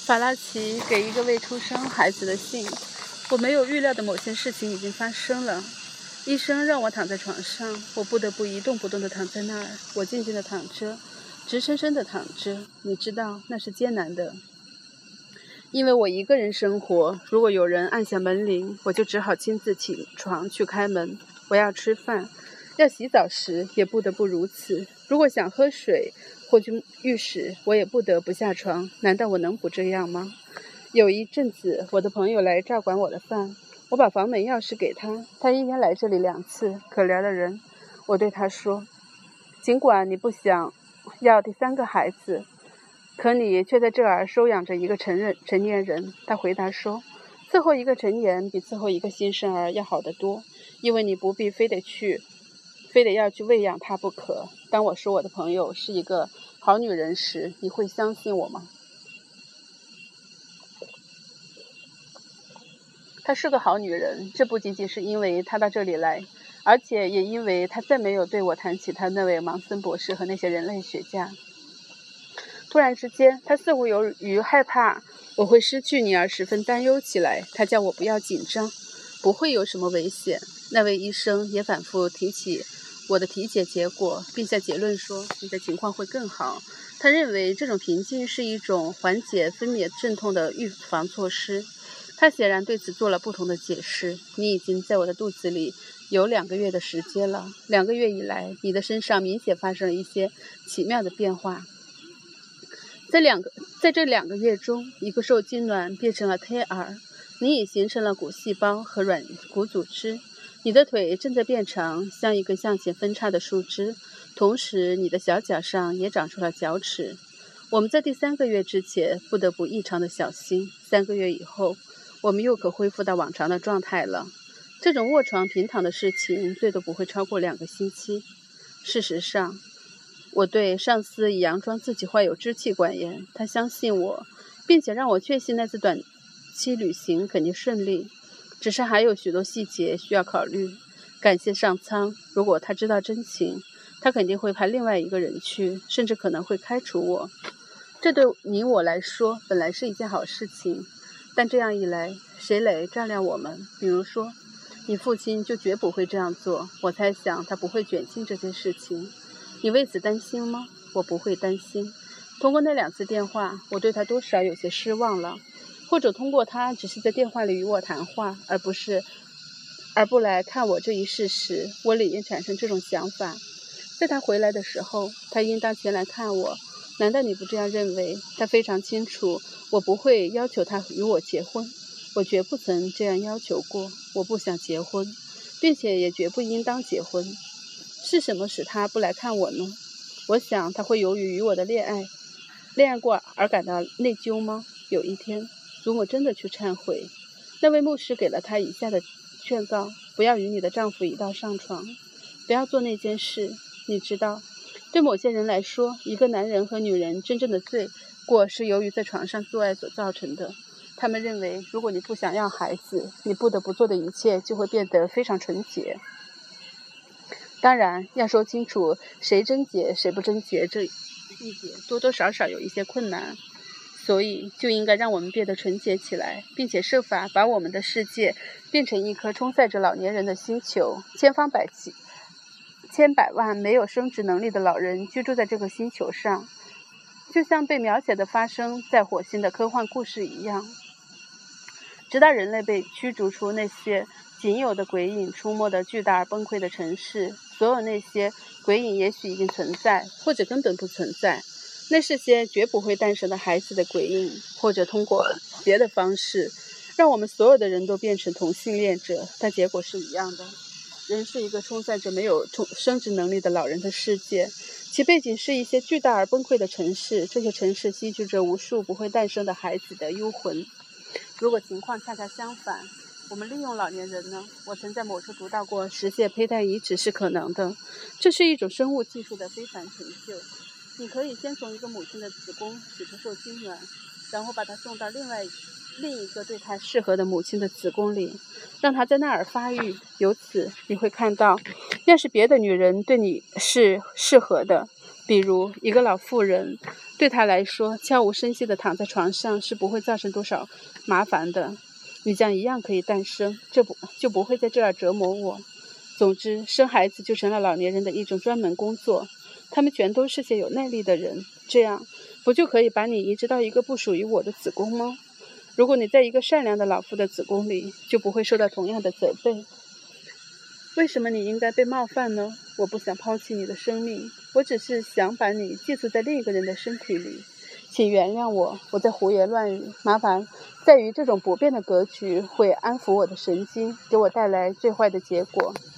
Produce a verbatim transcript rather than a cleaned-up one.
法拉奇给一个未出生孩子的信。我没有预料的某些事情已经发生了。医生让我躺在床上，我不得不一动不动地躺在那儿。我静静地躺着，直深深地躺着。你知道那是艰难的，因为我一个人生活。如果有人按下门铃，我就只好亲自起床去开门。我要吃饭，要洗澡时也不得不如此。如果想喝水或去浴室，我也不得不下床。难道我能不这样吗？有一阵子，我的朋友来照管我的饭，我把房门钥匙给他，他一年来这里两次。可怜的人，我对他说，尽管你不想要第三个孩子，可你却在这儿收养着一个成人成年人。他回答说，伺候一个成年比伺候一个新生儿要好得多，因为你不必非得去非得要去喂养他不可。当我说我的朋友是一个好女人时，你会相信我吗？她是个好女人，这不仅仅是因为她到这里来，而且也因为她再没有对我谈起她那位芒森博士和那些人类学家。突然之间，她似乎由于害怕我会失去你而十分担忧起来。她叫我不要紧张，不会有什么危险。那位医生也反复提起我的体检结果，并下结论说你的情况会更好。他认为这种平静是一种缓解分娩阵痛的预防措施。他显然对此做了不同的解释。你已经在我的肚子里有两个月的时间了，两个月以来，你的身上明显发生了一些奇妙的变化。在两个在这两个月中，一个受精卵变成了胎儿，你已形成了骨细胞和软骨组织，你的腿正在变长，像一根向前分叉的树枝，同时你的小脚上也长出了脚齿。我们在第三个月之前不得不异常的小心，三个月以后，我们又可恢复到往常的状态了。这种卧床平躺的事情最多不会超过两个星期。事实上，我对上司已佯装自己患有支气管炎，他相信我，并且让我确信那次短期旅行肯定顺利，只是还有许多细节需要考虑。感谢上苍，如果他知道真情，他肯定会派另外一个人去，甚至可能会开除我。这对你我来说本来是一件好事情，但这样一来，谁来照料我们？比如说，你父亲就绝不会这样做。我猜想他不会卷进这件事情。你为此担心吗？我不会担心。通过那两次电话，我对他多少有些失望了，或者通过他只是在电话里与我谈话，而不是而不来看我这一事时，我理应产生这种想法。在他回来的时候，他应当前来看我。难道你不这样认为？他非常清楚，我不会要求他与我结婚，我绝不曾这样要求过。我不想结婚，并且也绝不应当结婚。是什么使他不来看我呢？我想他会由于与我的恋爱恋爱过而感到内疚吗？有一天，祖母真的去忏悔，那位牧师给了他以下的劝告：不要与你的丈夫一道上床，不要做那件事。你知道，对某些人来说，一个男人和女人真正的罪过是由于在床上做爱所造成的。他们认为，如果你不想要孩子，你不得不做的一切就会变得非常纯洁。当然，要说清楚谁贞洁谁不贞洁这一点，多多少少有一些困难，所以就应该让我们变得纯洁起来，并且设法把我们的世界变成一颗充塞着老年人的星球，千方百计千百万没有生殖能力的老人居住在这个星球上，就像被描写的发生在火星的科幻故事一样。直到人类被驱逐出那些仅有的鬼影出没的巨大而崩溃的城市，所有那些鬼影也许已经存在，或者根本不存在。那是些绝不会诞生的孩子的鬼影，或者通过别的方式，让我们所有的人都变成同性恋者，但结果是一样的。人是一个充塞着没有生殖能力的老人的世界，其背景是一些巨大而崩溃的城市，这些城市吸聚着无数不会诞生的孩子的幽魂。如果情况恰恰相反，我们利用老年人呢？我曾在某处读到过，实现胚胎移植是可能的，这是一种生物技术的非凡成就。你可以先从一个母亲的子宫取出受精卵，然后把它送到另外另一个对它适合的母亲的子宫里，让它在那儿发育。由此你会看到，要是别的女人对你是适合的， 比如一个老妇人，对她来说，悄无声息地躺在床上是不会造成多少麻烦的。你将一样可以诞生，这不就不会在这儿折磨我。总之，生孩子就成了老年人的一种专门工作，他们全都是些有耐力的人。这样，不就可以把你移植到一个不属于我的子宫吗？如果你在一个善良的老妇的子宫里，就不会受到同样的责备。为什么你应该被冒犯呢？我不想抛弃你的生命，我只是想把你寄宿在另一个人的身体里。请原谅我，我在胡言乱语。麻烦在于这种不变的格局会安抚我的神经，给我带来最坏的结果。